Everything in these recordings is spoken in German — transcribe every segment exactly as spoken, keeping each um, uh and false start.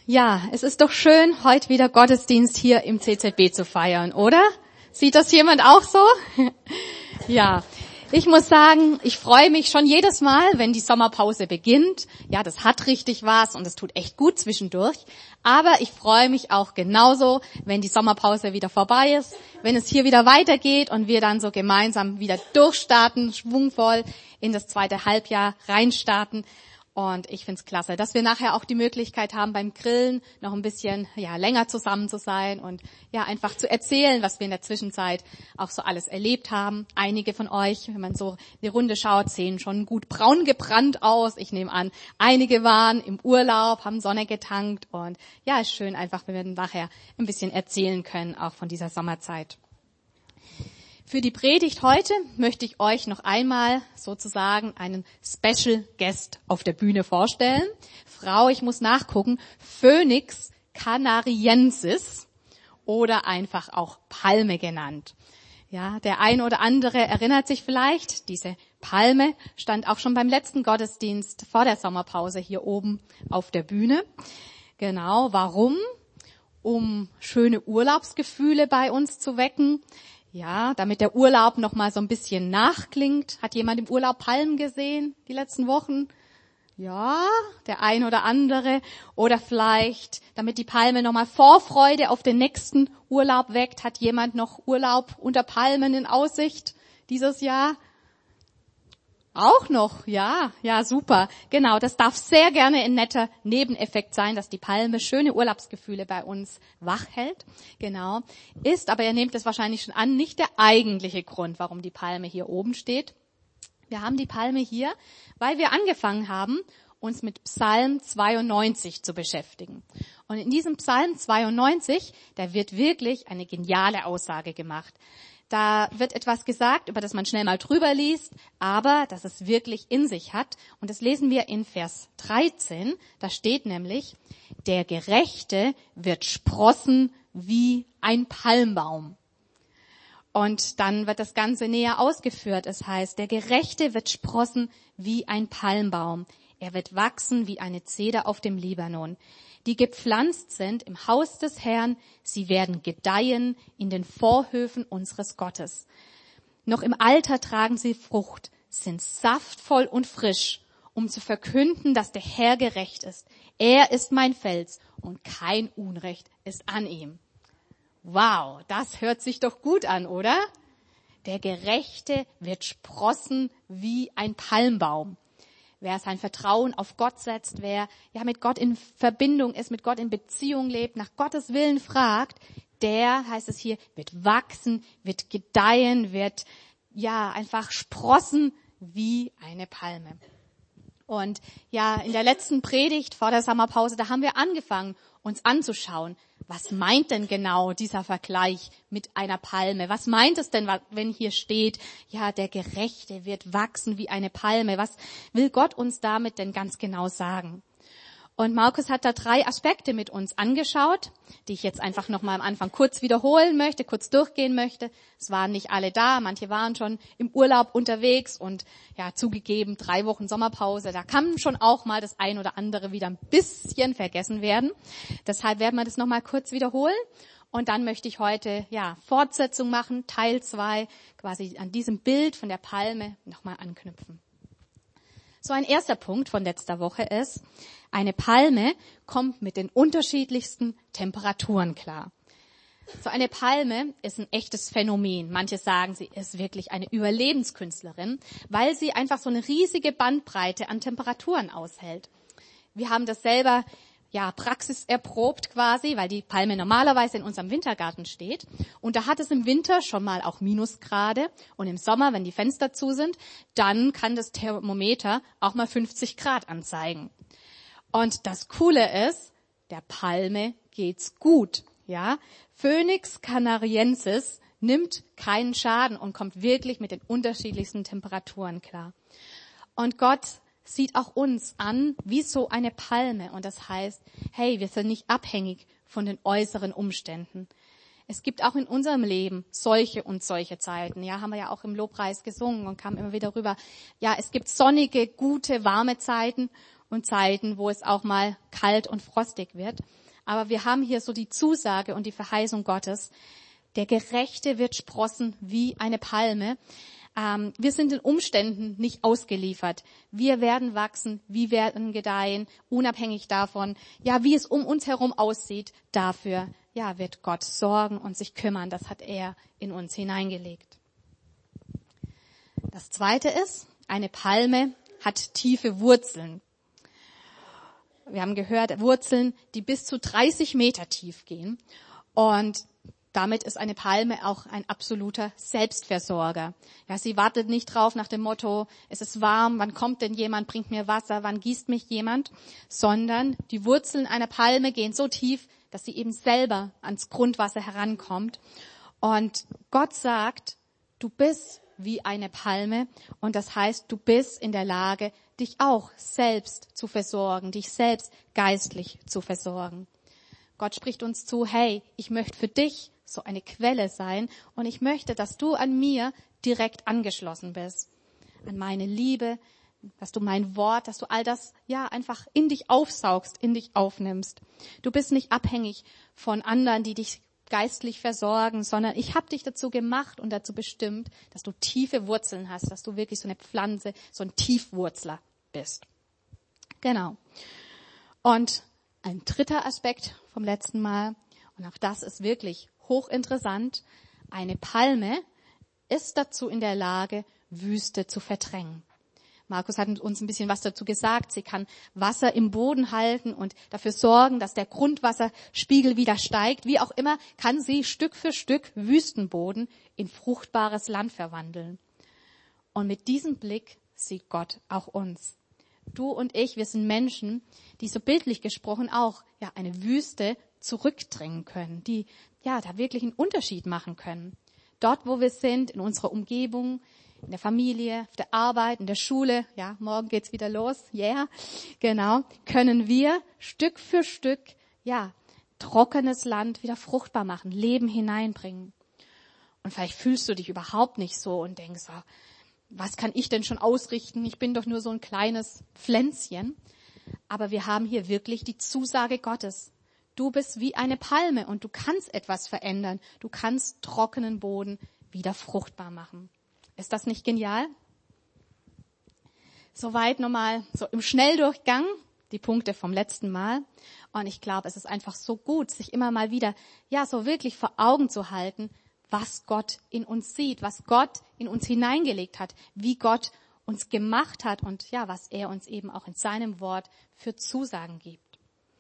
Ja, es ist doch schön, heute wieder Gottesdienst hier im C Z B zu feiern, oder? Sieht das jemand auch so? Ja, ich muss sagen, ich freue mich schon jedes Mal, wenn die Sommerpause beginnt. Ja, das hat richtig was und es tut echt gut zwischendurch. Aber ich freue mich auch genauso, wenn die Sommerpause wieder vorbei ist, wenn es hier wieder weitergeht und wir dann so gemeinsam wieder durchstarten, schwungvoll in das zweite Halbjahr reinstarten. Und ich find's klasse, dass wir nachher auch die Möglichkeit haben, beim Grillen noch ein bisschen ja länger zusammen zu sein und ja einfach zu erzählen, was wir in der Zwischenzeit auch so alles erlebt haben. Einige von euch, wenn man so die Runde schaut, sehen schon gut braun gebrannt aus. Ich nehme an, einige waren im Urlaub, haben Sonne getankt und ja, ist schön einfach, wenn wir dann nachher ein bisschen erzählen können, auch von dieser Sommerzeit. Für die Predigt heute möchte ich euch noch einmal sozusagen einen Special Guest auf der Bühne vorstellen. Frau, ich muss nachgucken, Phönix canariensis oder einfach auch Palme genannt. Ja, der ein oder andere erinnert sich vielleicht, diese Palme stand auch schon beim letzten Gottesdienst vor der Sommerpause hier oben auf der Bühne. Genau, warum? Um schöne Urlaubsgefühle bei uns zu wecken. Ja, damit der Urlaub noch mal so ein bisschen nachklingt. Hat jemand im Urlaub Palmen gesehen die letzten Wochen? Ja, der ein oder andere. Oder vielleicht, damit die Palme noch mal Vorfreude auf den nächsten Urlaub weckt. Hat jemand noch Urlaub unter Palmen in Aussicht dieses Jahr? Auch noch, ja, ja, super. Genau, das darf sehr gerne ein netter Nebeneffekt sein, dass die Palme schöne Urlaubsgefühle bei uns wach hält. Genau, ist, aber ihr nehmt es wahrscheinlich schon an, nicht der eigentliche Grund, warum die Palme hier oben steht. Wir haben die Palme hier, weil wir angefangen haben, uns mit Psalm zweiundneunzig zu beschäftigen. Und in diesem Psalm zweiundneunzig, da wird wirklich eine geniale Aussage gemacht. Da wird etwas gesagt, über das man schnell mal drüber liest, aber das es wirklich in sich hat. Und das lesen wir in Vers dreizehn. Da steht nämlich, der Gerechte wird sprossen wie ein Palmbaum. Und dann wird das Ganze näher ausgeführt. Es heißt, der Gerechte wird sprossen wie ein Palmbaum. Er wird wachsen wie eine Zeder auf dem Libanon, die gepflanzt sind im Haus des Herrn. Sie werden gedeihen in den Vorhöfen unseres Gottes. Noch im Alter tragen sie Frucht, sind saftvoll und frisch, um zu verkünden, dass der Herr gerecht ist. Er ist mein Fels und kein Unrecht ist an ihm. Wow, das hört sich doch gut an, oder? Der Gerechte wird sprossen wie ein Palmbaum. Wer sein Vertrauen auf Gott setzt, wer ja mit Gott in Verbindung ist, mit Gott in Beziehung lebt, nach Gottes Willen fragt, der, heißt es hier, wird wachsen, wird gedeihen, wird ja einfach sprossen wie eine Palme. Und ja, in der letzten Predigt vor der Sommerpause, da haben wir angefangen, uns anzuschauen, was meint denn genau dieser Vergleich mit einer Palme? Was meint es denn, wenn hier steht, ja, der Gerechte wird wachsen wie eine Palme? Was will Gott uns damit denn ganz genau sagen? Und Markus hat da drei Aspekte mit uns angeschaut, die ich jetzt einfach noch mal am Anfang kurz wiederholen möchte, kurz durchgehen möchte. Es waren nicht alle da, manche waren schon im Urlaub unterwegs und ja, zugegeben, drei Wochen Sommerpause, da kann schon auch mal das ein oder andere wieder ein bisschen vergessen werden. Deshalb werden wir das noch mal kurz wiederholen. Und dann möchte ich heute ja Fortsetzung machen, Teil zwei, quasi an diesem Bild von der Palme noch mal anknüpfen. So ein erster Punkt von letzter Woche ist, eine Palme kommt mit den unterschiedlichsten Temperaturen klar. So eine Palme ist ein echtes Phänomen. Manche sagen, sie ist wirklich eine Überlebenskünstlerin, weil sie einfach so eine riesige Bandbreite an Temperaturen aushält. Wir haben das selber ja praxiserprobt quasi, weil die Palme normalerweise in unserem Wintergarten steht. Und da hat es im Winter schon mal auch Minusgrade. Und im Sommer, wenn die Fenster zu sind, dann kann das Thermometer auch mal fünfzig Grad anzeigen. Und das Coole ist, der Palme geht's gut. Ja, Phönix canariensis nimmt keinen Schaden und kommt wirklich mit den unterschiedlichsten Temperaturen klar. Und Gott sieht auch uns an wie so eine Palme. Und das heißt, hey, wir sind nicht abhängig von den äußeren Umständen. Es gibt auch in unserem Leben solche und solche Zeiten. Ja, haben wir ja auch im Lobpreis gesungen und kam immer wieder rüber. Ja, es gibt sonnige, gute, warme Zeiten und Zeiten, wo es auch mal kalt und frostig wird. Aber wir haben hier so die Zusage und die Verheißung Gottes, der Gerechte wird sprossen wie eine Palme. Ähm, wir sind den Umständen nicht ausgeliefert. Wir werden wachsen, wir werden gedeihen, unabhängig davon, ja, wie es um uns herum aussieht. Dafür, ja, wird Gott sorgen und sich kümmern. Das hat er in uns hineingelegt. Das Zweite ist, eine Palme hat tiefe Wurzeln. Wir haben gehört, Wurzeln, die bis zu dreißig Meter tief gehen. Und damit ist eine Palme auch ein absoluter Selbstversorger. Ja, sie wartet nicht drauf nach dem Motto, es ist warm, wann kommt denn jemand, bringt mir Wasser, wann gießt mich jemand, sondern die Wurzeln einer Palme gehen so tief, dass sie eben selber ans Grundwasser herankommt. Und Gott sagt, du bist wie eine Palme und das heißt, du bist in der Lage, dich auch selbst zu versorgen, dich selbst geistlich zu versorgen. Gott spricht uns zu, hey, ich möchte für dich so eine Quelle sein und ich möchte, dass du an mir direkt angeschlossen bist. An meine Liebe, dass du mein Wort, dass du all das ja einfach in dich aufsaugst, in dich aufnimmst. Du bist nicht abhängig von anderen, die dich geistlich versorgen, sondern ich habe dich dazu gemacht und dazu bestimmt, dass du tiefe Wurzeln hast, dass du wirklich so eine Pflanze, so ein Tiefwurzler bist. Genau. Und ein dritter Aspekt vom letzten Mal, und auch das ist wirklich hochinteressant, eine Palme ist dazu in der Lage, Wüste zu verdrängen. Markus hat uns ein bisschen was dazu gesagt. Sie kann Wasser im Boden halten und dafür sorgen, dass der Grundwasserspiegel wieder steigt. Wie auch immer kann sie Stück für Stück Wüstenboden in fruchtbares Land verwandeln. Und mit diesem Blick sieht Gott auch uns. Du und ich, wir sind Menschen, die so bildlich gesprochen auch ja eine Wüste zurückdrängen können, die ja da wirklich einen Unterschied machen können. Dort, wo wir sind, in unserer Umgebung, in der Familie, auf der Arbeit, in der Schule, ja, morgen geht's wieder los, yeah, genau, können wir Stück für Stück, ja, trockenes Land wieder fruchtbar machen, Leben hineinbringen. Und vielleicht fühlst du dich überhaupt nicht so und denkst, oh, was kann ich denn schon ausrichten? Ich bin doch nur so ein kleines Pflänzchen. Aber wir haben hier wirklich die Zusage Gottes. Du bist wie eine Palme und du kannst etwas verändern. Du kannst trockenen Boden wieder fruchtbar machen. Ist das nicht genial? Soweit nochmal so im Schnelldurchgang die Punkte vom letzten Mal. Und ich glaube, es ist einfach so gut, sich immer mal wieder, ja, so wirklich vor Augen zu halten, was Gott in uns sieht, was Gott in uns hineingelegt hat, wie Gott uns gemacht hat und ja, was er uns eben auch in seinem Wort für Zusagen gibt.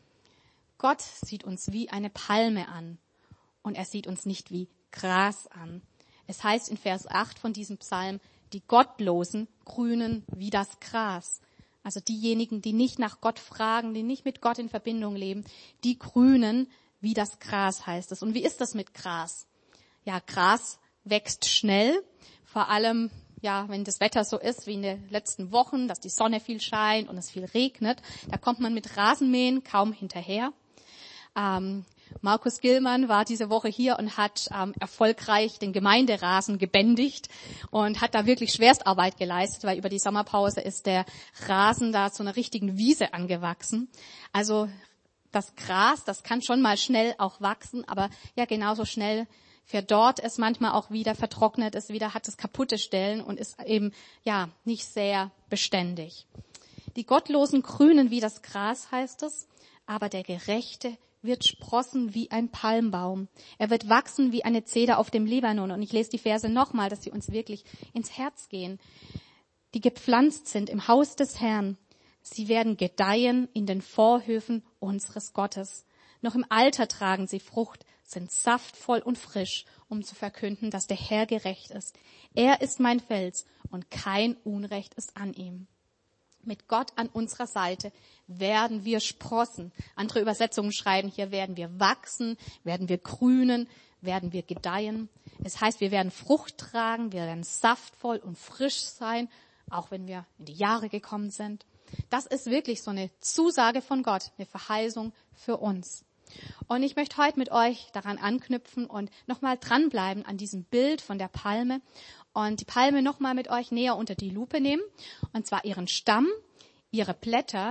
Gott sieht uns wie eine Palme an und er sieht uns nicht wie Gras an. Es heißt in Vers acht von diesem Psalm, die Gottlosen grünen wie das Gras. Also diejenigen, die nicht nach Gott fragen, die nicht mit Gott in Verbindung leben, die grünen wie das Gras, heißt es. Und wie ist das mit Gras? Ja, Gras wächst schnell, vor allem, ja, wenn das Wetter so ist wie in den letzten Wochen, dass die Sonne viel scheint und es viel regnet, da kommt man mit Rasenmähen kaum hinterher. Ähm, Markus Gillmann war diese Woche hier und hat ähm, erfolgreich den Gemeinderasen gebändigt und hat da wirklich Schwerstarbeit geleistet, weil über die Sommerpause ist der Rasen da zu einer richtigen Wiese angewachsen. Also das Gras, das kann schon mal schnell auch wachsen, aber ja, genauso schnell verdorrt es manchmal auch wieder, vertrocknet es wieder, hat es kaputte Stellen und ist eben ja nicht sehr beständig. Die Gottlosen grünen wie das Gras, heißt es, aber der Gerechte wird sprossen wie ein Palmbaum. Er wird wachsen wie eine Zeder auf dem Libanon. Und ich lese die Verse nochmal, dass sie uns wirklich ins Herz gehen. Die gepflanzt sind im Haus des Herrn. Sie werden gedeihen in den Vorhöfen unseres Gottes. Noch im Alter tragen sie Frucht, sind saftvoll und frisch, um zu verkünden, dass der Herr gerecht ist. Er ist mein Fels und kein Unrecht ist an ihm. Mit Gott an unserer Seite werden wir sprossen. Andere Übersetzungen schreiben, hier werden wir wachsen, werden wir grünen, werden wir gedeihen. Es heißt, wir werden Frucht tragen, wir werden saftvoll und frisch sein, auch wenn wir in die Jahre gekommen sind. Das ist wirklich so eine Zusage von Gott, eine Verheißung für uns. Und ich möchte heute mit euch daran anknüpfen und nochmal dranbleiben an diesem Bild von der Palme und die Palme nochmal mit euch näher unter die Lupe nehmen, und zwar ihren Stamm, ihre Blätter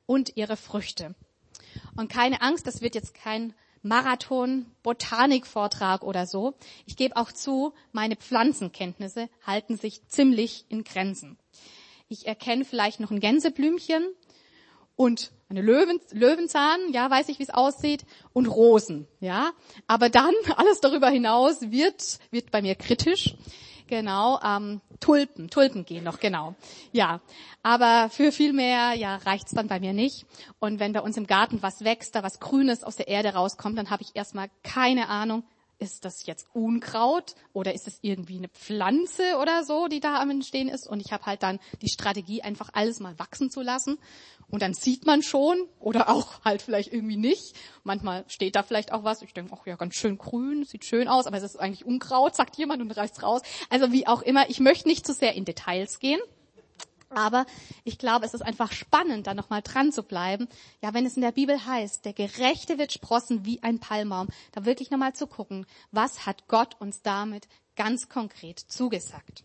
und ihre Früchte. Und keine Angst, das wird jetzt kein Marathon-Botanik-Vortrag oder so. Ich gebe auch zu, meine Pflanzenkenntnisse halten sich ziemlich in Grenzen. Ich erkenne vielleicht noch ein Gänseblümchen und eine Löwen, Löwenzahn, ja, weiß ich, wie es aussieht, und Rosen, ja. Aber dann, alles darüber hinaus wird, wird bei mir kritisch. Genau, ähm, Tulpen, Tulpen gehen noch, genau. Ja, aber für viel mehr, ja, reicht's dann bei mir nicht. Und wenn bei uns im Garten was wächst, da was Grünes aus der Erde rauskommt, dann habe ich erstmal keine Ahnung, ist das jetzt Unkraut oder ist es irgendwie eine Pflanze oder so, die da am Entstehen ist? Und ich habe halt dann die Strategie, einfach alles mal wachsen zu lassen. Und dann sieht man schon oder auch halt vielleicht irgendwie nicht. Manchmal steht da vielleicht auch was. Ich denke, ach ja, ganz schön grün, sieht schön aus, aber es ist eigentlich Unkraut, sagt jemand und reißt's raus. Also wie auch immer, ich möchte nicht zu sehr in Details gehen. Aber ich glaube, es ist einfach spannend, da nochmal dran zu bleiben. Ja, wenn es in der Bibel heißt, der Gerechte wird sprossen wie ein Palmbaum, da wirklich nochmal zu gucken, was hat Gott uns damit ganz konkret zugesagt.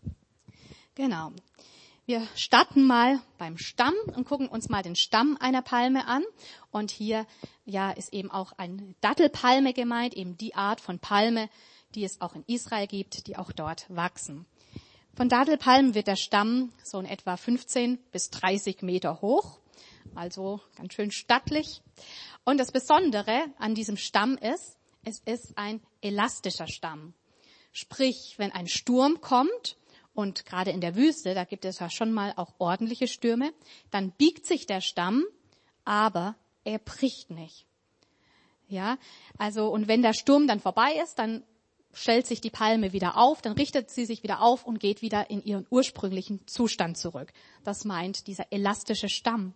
Genau. Wir starten mal beim Stamm und gucken uns mal den Stamm einer Palme an. Und hier, ja, ist eben auch eine Dattelpalme gemeint, eben die Art von Palme, die es auch in Israel gibt, die auch dort wachsen. Von Dattelpalmen wird der Stamm so in etwa fünfzehn bis dreißig Meter hoch, also ganz schön stattlich. Und das Besondere an diesem Stamm ist, es ist ein elastischer Stamm. Sprich, wenn ein Sturm kommt, und gerade in der Wüste, da gibt es ja schon mal auch ordentliche Stürme, dann biegt sich der Stamm, aber er bricht nicht. Ja, also, und wenn der Sturm dann vorbei ist, dann stellt sich die Palme wieder auf, dann richtet sie sich wieder auf und geht wieder in ihren ursprünglichen Zustand zurück. Das meint dieser elastische Stamm.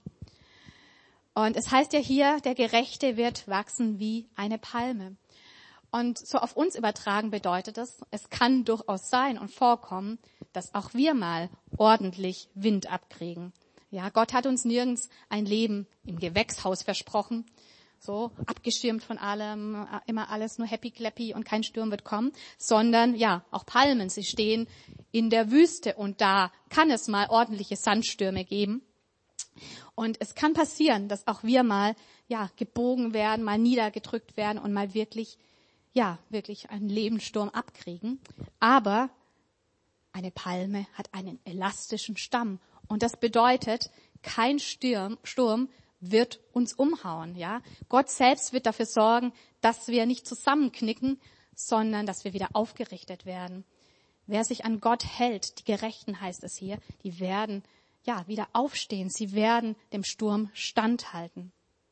Und es heißt ja hier, der Gerechte wird wachsen wie eine Palme. Und so auf uns übertragen bedeutet es, es kann durchaus sein und vorkommen, dass auch wir mal ordentlich Wind abkriegen. Ja, Gott hat uns nirgends ein Leben im Gewächshaus versprochen, so abgeschirmt von allem, immer alles nur happy clappy und kein Sturm wird kommen, sondern ja, auch Palmen, sie stehen in der Wüste und da kann es mal ordentliche Sandstürme geben. Und es kann passieren, dass auch wir mal ja gebogen werden, mal niedergedrückt werden und mal wirklich ja wirklich einen Lebenssturm abkriegen. Aber eine Palme hat einen elastischen Stamm und das bedeutet, kein Sturm, Sturm wird uns umhauen, ja. Gott selbst wird dafür sorgen, dass wir nicht zusammenknicken, sondern dass wir wieder aufgerichtet werden. Wer sich an Gott hält, die Gerechten heißt es hier, die werden ja wieder aufstehen. Sie werden dem Sturm standhalten.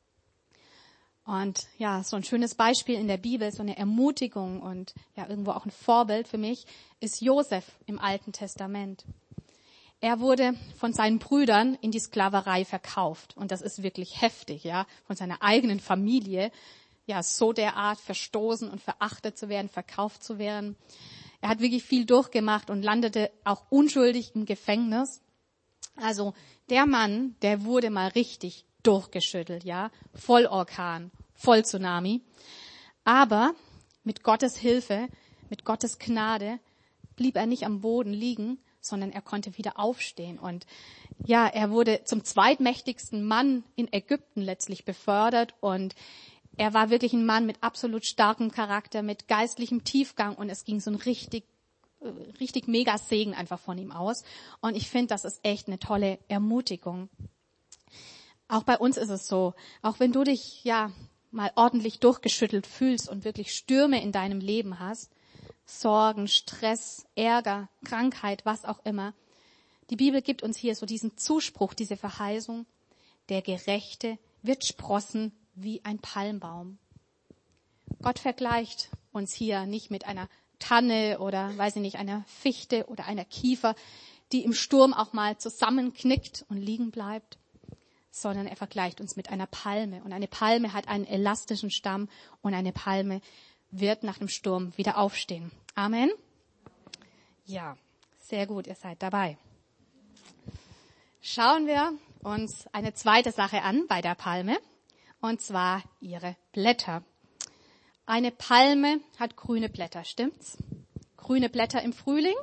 Und ja, so ein schönes Beispiel in der Bibel, so eine Ermutigung und ja irgendwo auch ein Vorbild für mich, ist Josef im Alten Testament. Er wurde von seinen Brüdern in die Sklaverei verkauft. Und das ist wirklich heftig, ja, von seiner eigenen Familie, ja, so derart verstoßen und verachtet zu werden, verkauft zu werden. Er hat wirklich viel durchgemacht und landete auch unschuldig im Gefängnis. Also der Mann, der wurde mal richtig durchgeschüttelt, ja, voll Orkan, voll Tsunami. Aber mit Gottes Hilfe, mit Gottes Gnade blieb er nicht am Boden liegen, sondern er konnte wieder aufstehen. Und ja, er wurde zum zweitmächtigsten Mann in Ägypten letztlich befördert. Und er war wirklich ein Mann mit absolut starkem Charakter, mit geistlichem Tiefgang. Und es ging so ein richtig, richtig mega Segen einfach von ihm aus. Und ich finde, das ist echt eine tolle Ermutigung. Auch bei uns ist es so, auch wenn du dich ja mal ordentlich durchgeschüttelt fühlst und wirklich Stürme in deinem Leben hast, Sorgen, Stress, Ärger, Krankheit, was auch immer. Die Bibel gibt uns hier so diesen Zuspruch, diese Verheißung, der Gerechte wird sprossen wie ein Palmbaum. Gott vergleicht uns hier nicht mit einer Tanne oder, weiß ich nicht, einer Fichte oder einer Kiefer, die im Sturm auch mal zusammenknickt und liegen bleibt, sondern er vergleicht uns mit einer Palme. Und eine Palme hat einen elastischen Stamm und eine Palme wird nach dem Sturm wieder aufstehen. Amen. Ja, sehr gut, ihr seid dabei. Schauen wir uns eine zweite Sache an bei der Palme, und zwar ihre Blätter. Eine Palme hat grüne Blätter, stimmt's? Grüne Blätter im Frühling?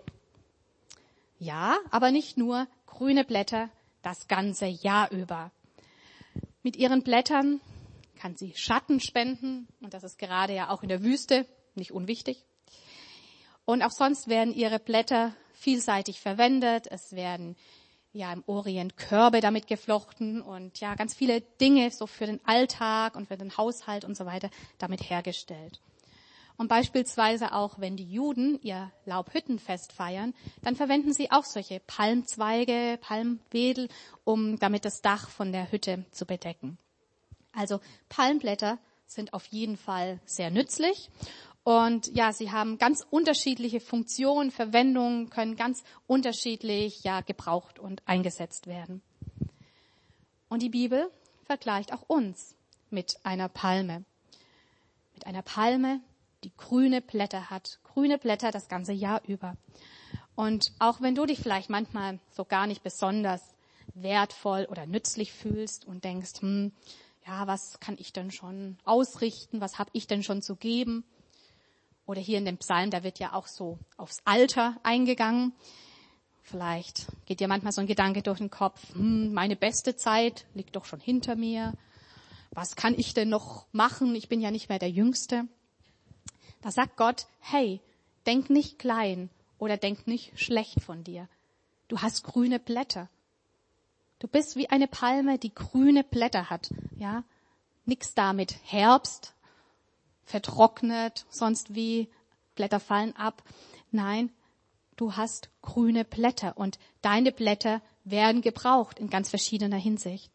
Ja, aber nicht nur grüne Blätter das ganze Jahr über. Mit ihren Blättern kann sie Schatten spenden und das ist gerade ja auch in der Wüste nicht unwichtig. Und auch sonst werden ihre Blätter vielseitig verwendet. Es werden ja im Orient Körbe damit geflochten und ja ganz viele Dinge so für den Alltag und für den Haushalt und so weiter damit hergestellt. Und beispielsweise auch, wenn die Juden ihr Laubhüttenfest feiern, dann verwenden sie auch solche Palmzweige, Palmwedel, um damit das Dach von der Hütte zu bedecken. Also Palmblätter sind auf jeden Fall sehr nützlich. Und ja, sie haben ganz unterschiedliche Funktionen, Verwendungen, können ganz unterschiedlich ja gebraucht und eingesetzt werden. Und die Bibel vergleicht auch uns mit einer Palme. Mit einer Palme, die grüne Blätter hat. Grüne Blätter das ganze Jahr über. Und auch wenn du dich vielleicht manchmal so gar nicht besonders wertvoll oder nützlich fühlst und denkst, hm, ja, was kann ich denn schon ausrichten? Was habe ich denn schon zu geben? Oder hier in dem Psalm, da wird ja auch so aufs Alter eingegangen. Vielleicht geht dir manchmal so ein Gedanke durch den Kopf, hm, meine beste Zeit liegt doch schon hinter mir. Was kann ich denn noch machen? Ich bin ja nicht mehr der Jüngste. Da sagt Gott, hey, denk nicht klein oder denk nicht schlecht von dir. Du hast grüne Blätter. Du bist wie eine Palme, die grüne Blätter hat. Ja, nix da mit Herbst, vertrocknet, sonst wie, Blätter fallen ab. Nein, du hast grüne Blätter und deine Blätter werden gebraucht in ganz verschiedener Hinsicht.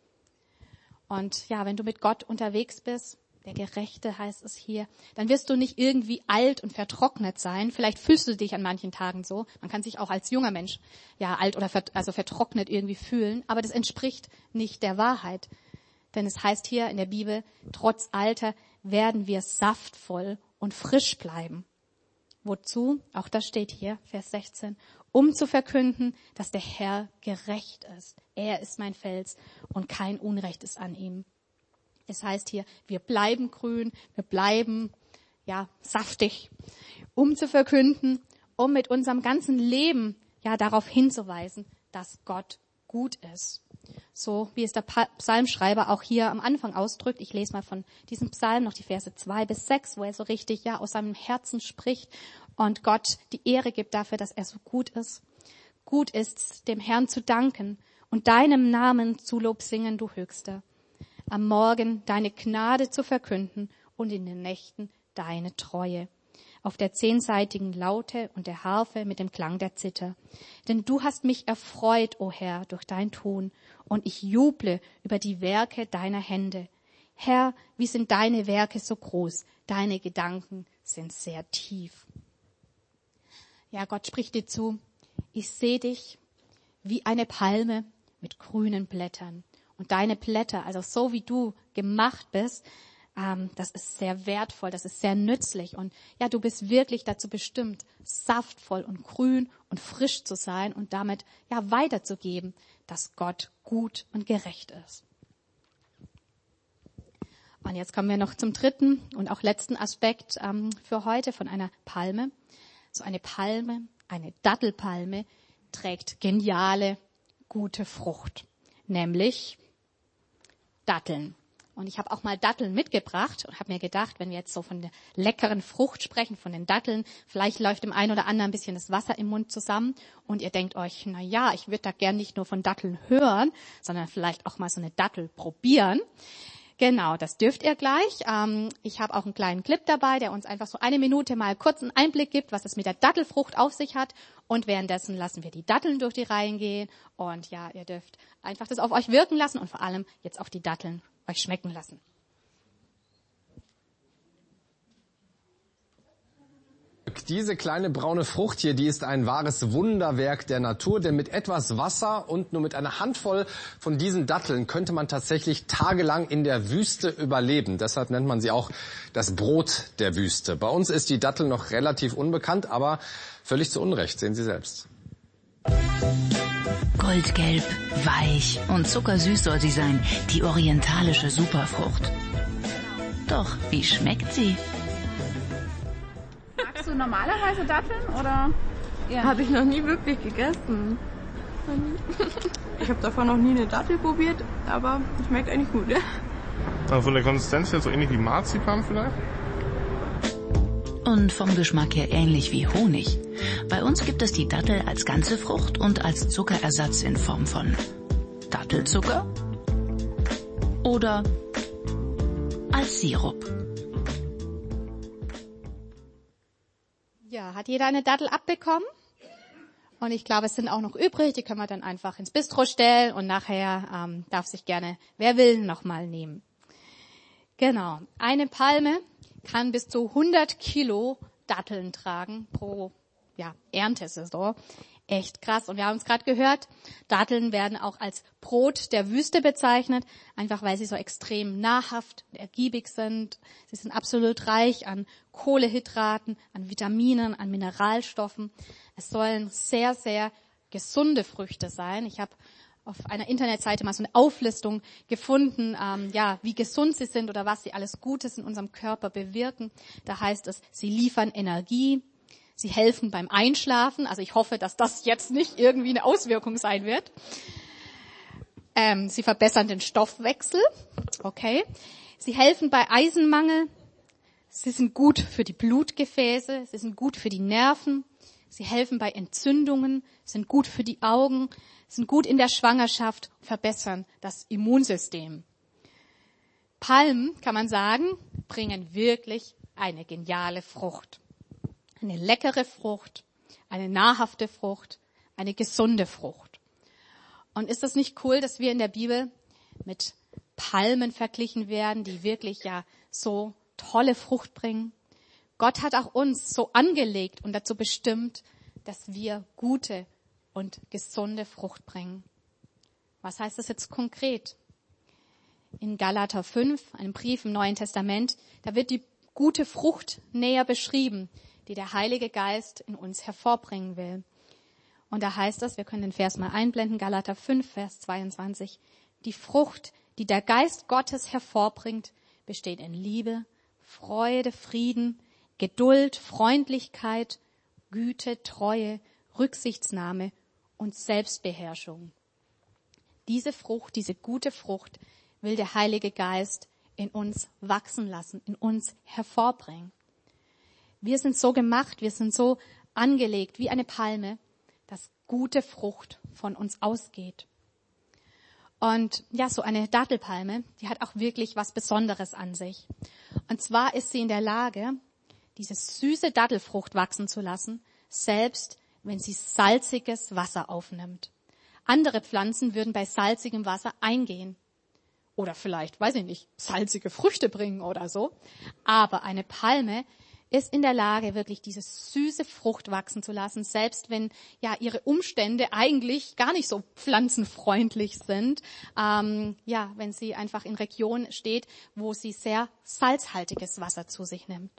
Und ja, wenn du mit Gott unterwegs bist, der Gerechte heißt es hier, dann wirst du nicht irgendwie alt und vertrocknet sein. Vielleicht fühlst du dich an manchen Tagen so. Man kann sich auch als junger Mensch ja alt oder vert, also vertrocknet irgendwie fühlen. Aber das entspricht nicht der Wahrheit. Denn es heißt hier in der Bibel, trotz Alter werden wir saftvoll und frisch bleiben. Wozu? Auch das steht hier, Vers sechzehn. Um zu verkünden, dass der Herr gerecht ist. Er ist mein Fels und kein Unrecht ist an ihm. Es heißt hier, wir bleiben grün, wir bleiben, ja, saftig, um zu verkünden, um mit unserem ganzen Leben, ja, darauf hinzuweisen, dass Gott gut ist. So wie es der Psalmschreiber auch hier am Anfang ausdrückt. Ich lese mal von diesem Psalm noch die Verse zwei bis sechs, wo er so richtig, ja, aus seinem Herzen spricht und Gott die Ehre gibt dafür, dass er so gut ist. Gut ist's, dem Herrn zu danken und deinem Namen zu Lob singen, du Höchster. Am Morgen deine Gnade zu verkünden und in den Nächten deine Treue. Auf der zehnseitigen Laute und der Harfe mit dem Klang der Zither. Denn du hast mich erfreut, o Herr, durch dein Tun, und ich juble über die Werke deiner Hände. Herr, wie sind deine Werke so groß, deine Gedanken sind sehr tief. Ja, Gott spricht dir zu, ich sehe dich wie eine Palme mit grünen Blättern. Und deine Blätter, also so wie du gemacht bist, ähm, das ist sehr wertvoll, das ist sehr nützlich. Und ja, du bist wirklich dazu bestimmt, saftvoll und grün und frisch zu sein und damit ja weiterzugeben, dass Gott gut und gerecht ist. Und jetzt kommen wir noch zum dritten und auch letzten Aspekt ähm, für heute von einer Palme. So eine Palme, eine Dattelpalme, trägt geniale, gute Frucht, nämlich Datteln. Und ich habe auch mal Datteln mitgebracht und habe mir gedacht, wenn wir jetzt so von der leckeren Frucht sprechen, von den Datteln, vielleicht läuft dem einen oder anderen ein bisschen das Wasser im Mund zusammen und ihr denkt euch, na ja, ich würde da gern nicht nur von Datteln hören, sondern vielleicht auch mal so eine Dattel probieren. Genau, das dürft ihr gleich. Ähm, ich habe auch einen kleinen Clip dabei, der uns einfach so eine Minute mal kurz einen Einblick gibt, was es mit der Dattelfrucht auf sich hat. Und währenddessen lassen wir die Datteln durch die Reihen gehen. Und ja, ihr dürft einfach das auf euch wirken lassen und vor allem jetzt auch die Datteln euch schmecken lassen. Diese kleine braune Frucht hier, die ist ein wahres Wunderwerk der Natur, denn mit etwas Wasser und nur mit einer Handvoll von diesen Datteln könnte man tatsächlich tagelang in der Wüste überleben. Deshalb nennt man sie auch das Brot der Wüste. Bei uns ist die Dattel noch relativ unbekannt, aber völlig zu Unrecht, sehen Sie selbst. Goldgelb, weich und zuckersüß soll sie sein, die orientalische Superfrucht. Doch, wie schmeckt sie? Magst du normalerweise Datteln oder? Ja. Habe ich noch nie wirklich gegessen. Ich habe davon noch nie eine Dattel probiert, aber es schmeckt eigentlich gut, ja. Also von der Konsistenz her so ähnlich wie Marzipan vielleicht? Und vom Geschmack her ähnlich wie Honig. Bei uns gibt es die Dattel als ganze Frucht und als Zuckerersatz in Form von Dattelzucker oder als Sirup. Ja, hat jeder eine Dattel abbekommen? Und ich glaube, es sind auch noch übrig, die können wir dann einfach ins Bistro stellen und nachher ähm, darf sich gerne, wer will, nochmal nehmen. Genau, eine Palme kann bis zu hundert Kilo Datteln tragen pro ja, Erntesaison. Echt krass. Und wir haben es gerade gehört, Datteln werden auch als Brot der Wüste bezeichnet, einfach weil sie so extrem nahrhaft und ergiebig sind. Sie sind absolut reich an Kohlenhydraten, an Vitaminen, an Mineralstoffen. Es sollen sehr, sehr gesunde Früchte sein. Ich habe auf einer Internetseite mal so eine Auflistung gefunden, ähm, ja, wie gesund sie sind oder was sie alles Gutes in unserem Körper bewirken. Da heißt es, sie liefern Energie, sie helfen beim Einschlafen. Also ich hoffe, dass das jetzt nicht irgendwie eine Auswirkung sein wird. Ähm, sie verbessern den Stoffwechsel. Okay. Sie helfen bei Eisenmangel. Sie sind gut für die Blutgefäße. Sie sind gut für die Nerven. Sie helfen bei Entzündungen, sind gut für die Augen, sind gut in der Schwangerschaft, verbessern das Immunsystem. Palmen, kann man sagen, bringen wirklich eine geniale Frucht. Eine leckere Frucht, eine nahrhafte Frucht, eine gesunde Frucht. Und ist das nicht cool, dass wir in der Bibel mit Palmen verglichen werden, die wirklich ja so tolle Frucht bringen? Gott hat auch uns so angelegt und dazu bestimmt, dass wir gute und gesunde Frucht bringen. Was heißt das jetzt konkret? In Galater fünf, einem Brief im Neuen Testament, da wird die gute Frucht näher beschrieben, die der Heilige Geist in uns hervorbringen will. Und da heißt es, wir können den Vers mal einblenden, Galater fünf, Vers zweiundzwanzig, die Frucht, die der Geist Gottes hervorbringt, besteht in Liebe, Freude, Frieden, Geduld, Freundlichkeit, Güte, Treue, Rücksichtsnahme und Selbstbeherrschung. Diese Frucht, diese gute Frucht will der Heilige Geist in uns wachsen lassen, in uns hervorbringen. Wir sind so gemacht, wir sind so angelegt wie eine Palme, dass gute Frucht von uns ausgeht. Und ja, so eine Dattelpalme, die hat auch wirklich was Besonderes an sich. Und zwar ist sie in der Lage, diese süße Dattelfrucht wachsen zu lassen, selbst wenn sie salziges Wasser aufnimmt. Andere Pflanzen würden bei salzigem Wasser eingehen. Oder vielleicht, weiß ich nicht, salzige Früchte bringen oder so. Aber eine Palme ist in der Lage, wirklich diese süße Frucht wachsen zu lassen, selbst wenn ja ihre Umstände eigentlich gar nicht so pflanzenfreundlich sind. Ähm, ja, wenn sie einfach in Regionen steht, wo sie sehr salzhaltiges Wasser zu sich nimmt.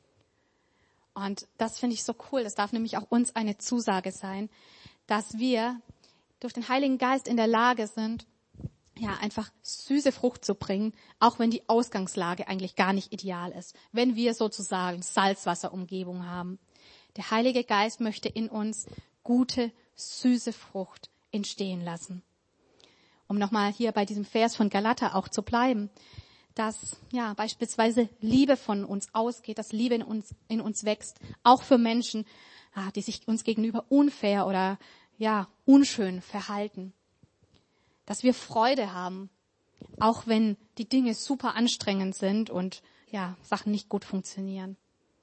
Und das finde ich so cool. Das darf nämlich auch uns eine Zusage sein, dass wir durch den Heiligen Geist in der Lage sind, ja, einfach süße Frucht zu bringen, auch wenn die Ausgangslage eigentlich gar nicht ideal ist. Wenn wir sozusagen Salzwasserumgebung haben. Der Heilige Geist möchte in uns gute, süße Frucht entstehen lassen. Um nochmal hier bei diesem Vers von Galater auch zu bleiben, dass ja beispielsweise Liebe von uns ausgeht, dass Liebe in uns in uns wächst, auch für Menschen, die sich uns gegenüber unfair oder ja unschön verhalten. Dass wir Freude haben, auch wenn die Dinge super anstrengend sind und ja Sachen nicht gut funktionieren.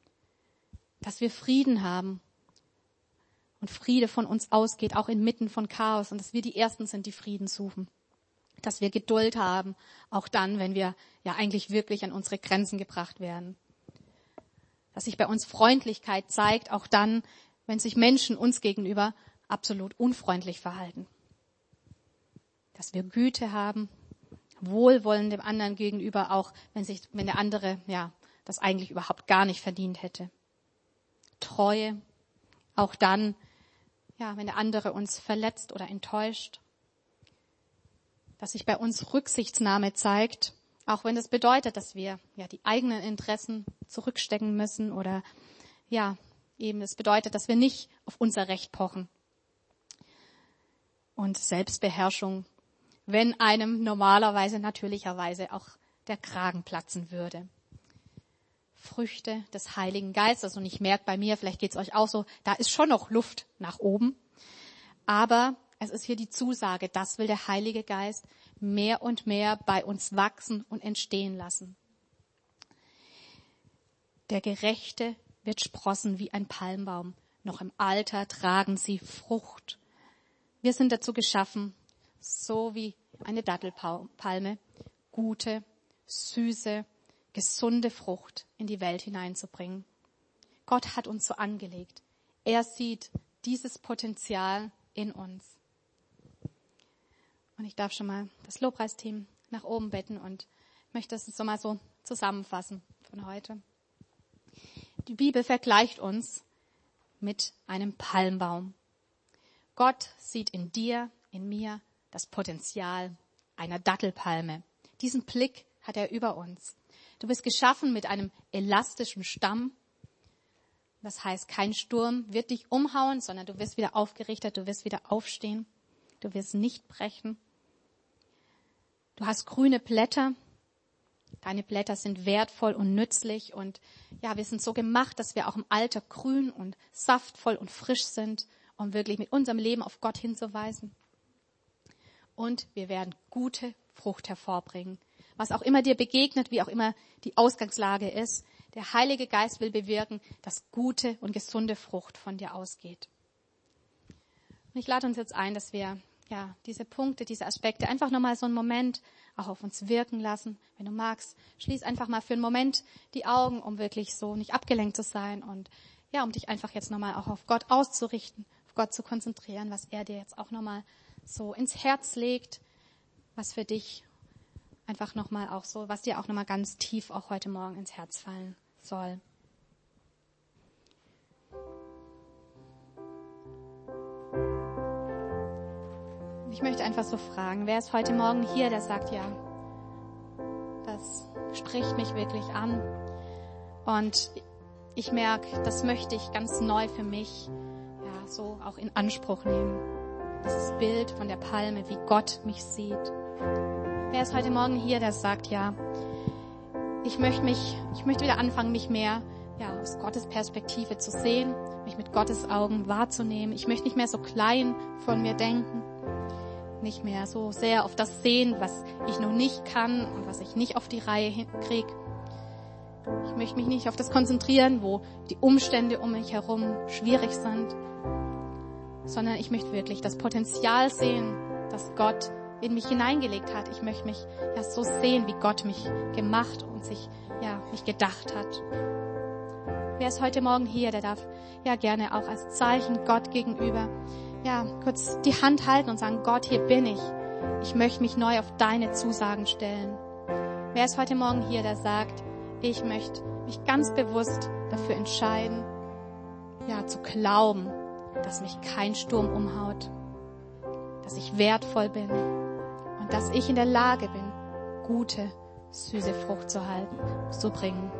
Dass wir Frieden haben und Friede von uns ausgeht, auch inmitten von Chaos, und dass wir die Ersten sind, die Frieden suchen. Dass wir Geduld haben, auch dann, wenn wir ja eigentlich wirklich an unsere Grenzen gebracht werden. Dass sich bei uns Freundlichkeit zeigt, auch dann, wenn sich Menschen uns gegenüber absolut unfreundlich verhalten. Dass wir Güte haben, Wohlwollen dem anderen gegenüber, auch wenn sich, wenn der andere ja das eigentlich überhaupt gar nicht verdient hätte. Treue, auch dann, ja, wenn der andere uns verletzt oder enttäuscht. Dass sich bei uns Rücksichtsnahme zeigt, auch wenn das bedeutet, dass wir ja die eigenen Interessen zurückstecken müssen oder ja, eben es bedeutet, dass wir nicht auf unser Recht pochen. und Selbstbeherrschung, wenn einem normalerweise, natürlicherweise auch der Kragen platzen würde. Früchte des Heiligen Geistes. Und ich merke bei mir, vielleicht geht es euch auch so, da ist schon noch Luft nach oben. Aber es ist hier die Zusage, das will der Heilige Geist mehr und mehr bei uns wachsen und entstehen lassen. Der Gerechte wird sprossen wie ein Palmbaum. Noch im Alter tragen sie Frucht. Wir sind dazu geschaffen, so wie eine Dattelpalme, gute, süße, gesunde Frucht in die Welt hineinzubringen. Gott hat uns so angelegt. Er sieht dieses Potenzial in uns. Und ich darf schon mal das Lobpreisteam nach oben betten und möchte das so mal so zusammenfassen von heute. Die Bibel vergleicht uns mit einem Palmbaum. Gott sieht in dir, in mir das Potenzial einer Dattelpalme. Diesen Blick hat er über uns. Du bist geschaffen mit einem elastischen Stamm. Das heißt, kein Sturm wird dich umhauen, sondern du wirst wieder aufgerichtet, du wirst wieder aufstehen. Du wirst nicht brechen. Du hast grüne Blätter. Deine Blätter sind wertvoll und nützlich und ja, wir sind so gemacht, dass wir auch im Alter grün und saftvoll und frisch sind, um wirklich mit unserem Leben auf Gott hinzuweisen. Und wir werden gute Frucht hervorbringen. Was auch immer dir begegnet, wie auch immer die Ausgangslage ist, der Heilige Geist will bewirken, dass gute und gesunde Frucht von dir ausgeht. Und ich lade uns jetzt ein, dass wir ja diese Punkte, diese Aspekte einfach nochmal so einen Moment auch auf uns wirken lassen. Wenn du magst, schließ einfach mal für einen Moment die Augen, um wirklich so nicht abgelenkt zu sein und ja, um dich einfach jetzt nochmal auch auf Gott auszurichten, auf Gott zu konzentrieren, was er dir jetzt auch nochmal so ins Herz legt, was für dich einfach nochmal auch so, was dir auch nochmal ganz tief auch heute Morgen ins Herz fallen soll. Ich möchte einfach so fragen, wer ist heute Morgen hier, der sagt, ja, das spricht mich wirklich an. Und ich merke, das möchte ich ganz neu für mich, ja, so auch in Anspruch nehmen. Dieses Bild von der Palme, wie Gott mich sieht. Wer ist heute Morgen hier, der sagt, ja, ich möchte mich, ich möchte wieder anfangen, mich mehr, ja, aus Gottes Perspektive zu sehen, mich mit Gottes Augen wahrzunehmen. Ich möchte nicht mehr so klein von mir denken. Nicht mehr so sehr auf das sehen, was ich noch nicht kann und was ich nicht auf die Reihe kriege. Ich möchte mich nicht auf das konzentrieren, wo die Umstände um mich herum schwierig sind, sondern ich möchte wirklich das Potenzial sehen, das Gott in mich hineingelegt hat. Ich möchte mich ja so sehen, wie Gott mich gemacht und sich ja mich gedacht hat. Wer ist heute Morgen hier, der darf ja gerne auch als Zeichen Gott gegenüber ja, kurz die Hand halten und sagen, Gott, hier bin ich. Ich möchte mich neu auf deine Zusagen stellen. Wer ist heute Morgen hier, der sagt, ich möchte mich ganz bewusst dafür entscheiden, ja, zu glauben, dass mich kein Sturm umhaut, dass ich wertvoll bin und dass ich in der Lage bin, gute, süße Frucht zu halten, zu bringen.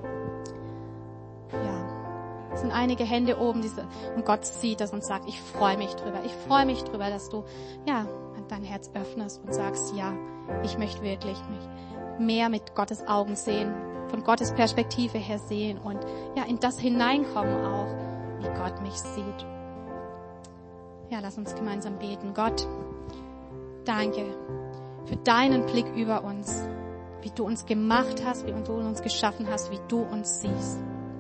Ja. Es sind einige Hände oben, diese, und Gott sieht das und sagt, ich freue mich drüber. Ich freue mich drüber, dass du, ja, dein Herz öffnest und sagst, ja, ich möchte wirklich mich mehr mit Gottes Augen sehen, von Gottes Perspektive her sehen und, ja, in das hineinkommen auch, wie Gott mich sieht. Ja, lass uns gemeinsam beten. Gott, danke für deinen Blick über uns, wie du uns gemacht hast, wie du uns geschaffen hast, wie du uns siehst.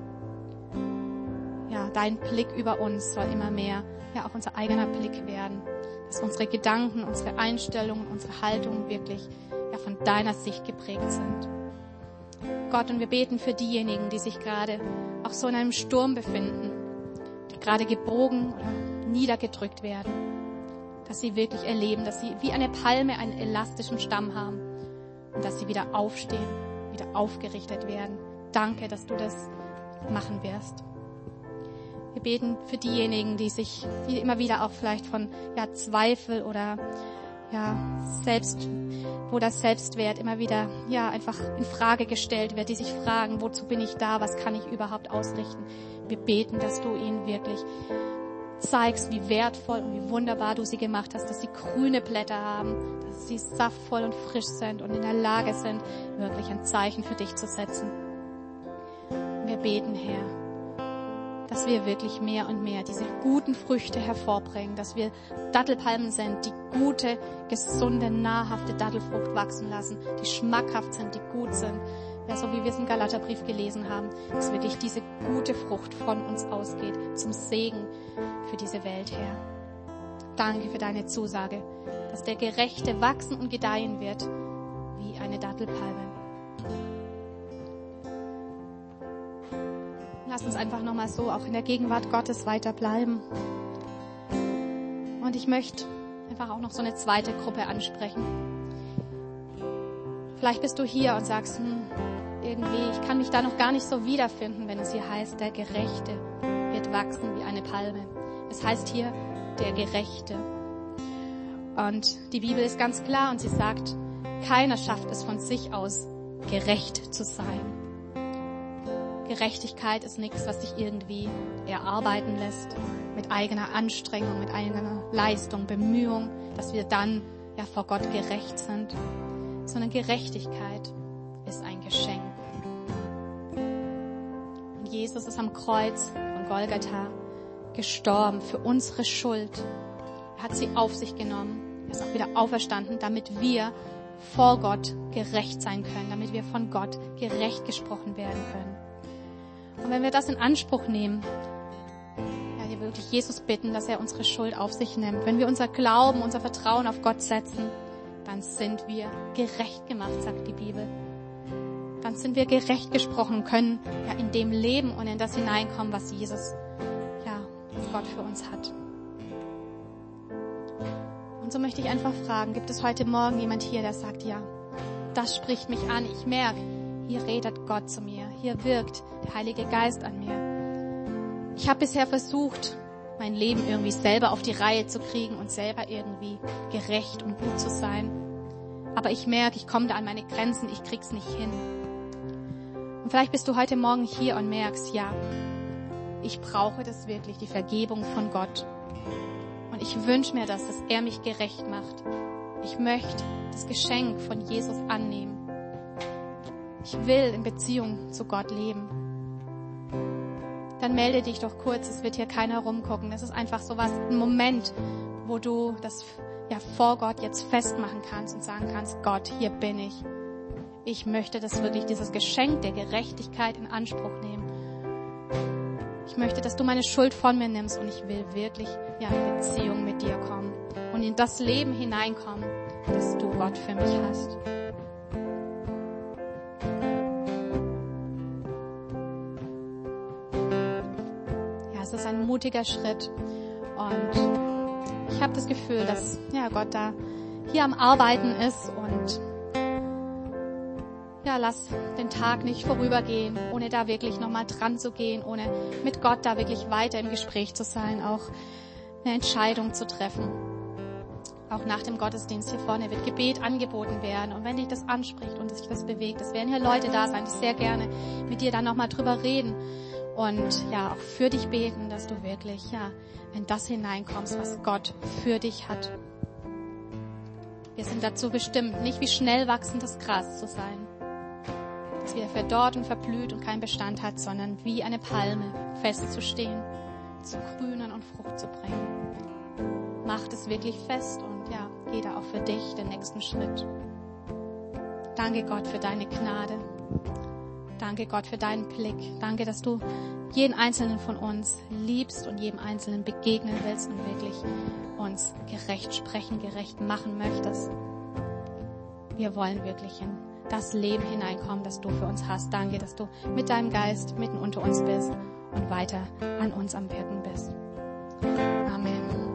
Ja, dein Blick über uns soll immer mehr, ja, auch unser eigener Blick werden. Dass unsere Gedanken, unsere Einstellungen, unsere Haltungen wirklich, ja, von deiner Sicht geprägt sind. Gott, und wir beten für diejenigen, die sich gerade auch so in einem Sturm befinden, die gerade gebogen oder niedergedrückt werden. Dass sie wirklich erleben, dass sie wie eine Palme einen elastischen Stamm haben und dass sie wieder aufstehen, wieder aufgerichtet werden. Danke, dass du das machen wirst. Wir beten für diejenigen, die sich, die immer wieder auch vielleicht von, ja, Zweifel oder, ja, Selbst, wo das Selbstwert immer wieder, ja, einfach in Frage gestellt wird, die sich fragen, wozu bin ich da, was kann ich überhaupt ausrichten? Wir beten, dass du ihnen wirklich, zeigst, wie wertvoll und wie wunderbar du sie gemacht hast, dass sie grüne Blätter haben, dass sie saftvoll und frisch sind und in der Lage sind, wirklich ein Zeichen für dich zu setzen. Wir beten, Herr, dass wir wirklich mehr und mehr diese guten Früchte hervorbringen, dass wir Dattelpalmen sind, die gute, gesunde, nahrhafte Dattelfrucht wachsen lassen, die schmackhaft sind, die gut sind. Ja, so wie wir es im Galaterbrief gelesen haben, dass wirklich diese gute Frucht von uns ausgeht, zum Segen für diese Welt, Herr. Danke für deine Zusage, dass der Gerechte wachsen und gedeihen wird wie eine Dattelpalme. Lass uns einfach nochmal so auch in der Gegenwart Gottes weiterbleiben. Und ich möchte einfach auch noch so eine zweite Gruppe ansprechen. Vielleicht bist du hier und sagst, hm, irgendwie, ich kann mich da noch gar nicht so wiederfinden, wenn es hier heißt, der Gerechte wird wachsen wie eine Palme. Es heißt hier, der Gerechte. Und die Bibel ist ganz klar und sie sagt, keiner schafft es von sich aus, gerecht zu sein. Gerechtigkeit ist nichts, was sich irgendwie erarbeiten lässt, mit eigener Anstrengung, mit eigener Leistung, Bemühung, dass wir dann ja vor Gott gerecht sind, sondern Gerechtigkeit ist ein Geschenk. Und Jesus ist am Kreuz von Golgatha gestorben für unsere Schuld. Er hat sie auf sich genommen, er ist auch wieder auferstanden, damit wir vor Gott gerecht sein können, damit wir von Gott gerecht gesprochen werden können. Und wenn wir das in Anspruch nehmen, ja, wir wirklich Jesus bitten, dass er unsere Schuld auf sich nimmt, wenn wir unser Glauben, unser Vertrauen auf Gott setzen, dann sind wir gerecht gemacht, sagt die Bibel. Dann sind wir gerecht gesprochen und können ja in dem leben und in das hineinkommen, was Jesus, ja, was Gott für uns hat. Und so möchte ich einfach fragen, gibt es heute Morgen jemand hier, der sagt, ja, das spricht mich an, ich merke, hier redet Gott zu mir, hier wirkt der Heilige Geist an mir. Ich habe bisher versucht, mein Leben irgendwie selber auf die Reihe zu kriegen und selber irgendwie gerecht und gut zu sein. Aber ich merke, ich komme da an meine Grenzen, ich krieg's nicht hin. Und vielleicht bist du heute Morgen hier und merkst, ja, ich brauche das wirklich, die Vergebung von Gott. Und ich wünsche mir das, dass er mich gerecht macht. Ich möchte das Geschenk von Jesus annehmen. Ich will in Beziehung zu Gott leben. Dann melde dich doch kurz, es wird hier keiner rumgucken. Das ist einfach so was, ein Moment, wo du das ja vor Gott jetzt festmachen kannst und sagen kannst, Gott, hier bin ich. Ich möchte das wirklich, dieses Geschenk der Gerechtigkeit in Anspruch nehmen. Ich möchte, dass du meine Schuld von mir nimmst und ich will wirklich ja in Beziehung mit dir kommen und in das Leben hineinkommen, das du, Gott, für mich hast. Es ist ein mutiger Schritt und ich habe das Gefühl, dass ja Gott da hier am Arbeiten ist und ja, lass den Tag nicht vorübergehen, ohne da wirklich nochmal dran zu gehen, ohne mit Gott da wirklich weiter im Gespräch zu sein, auch eine Entscheidung zu treffen. Auch nach dem Gottesdienst hier vorne wird Gebet angeboten werden und wenn dich das anspricht und sich das bewegt, es werden hier Leute da sein, die sehr gerne mit dir dann nochmal drüber reden. Und ja, auch für dich beten, dass du wirklich, ja, in das hineinkommst, was Gott für dich hat. Wir sind dazu bestimmt, nicht wie schnell wachsendes Gras zu sein, das wieder verdorrt und verblüht und keinen Bestand hat, sondern wie eine Palme festzustehen, zu grünen und Frucht zu bringen. Mach es wirklich fest und ja, geh da auch für dich den nächsten Schritt. Danke Gott für deine Gnade. Danke Gott für deinen Blick. Danke, dass du jeden Einzelnen von uns liebst und jedem Einzelnen begegnen willst und wirklich uns gerecht sprechen, gerecht machen möchtest. Wir wollen wirklich in das Leben hineinkommen, das du für uns hast. Danke, dass du mit deinem Geist mitten unter uns bist und weiter an uns am Wirken bist. Amen.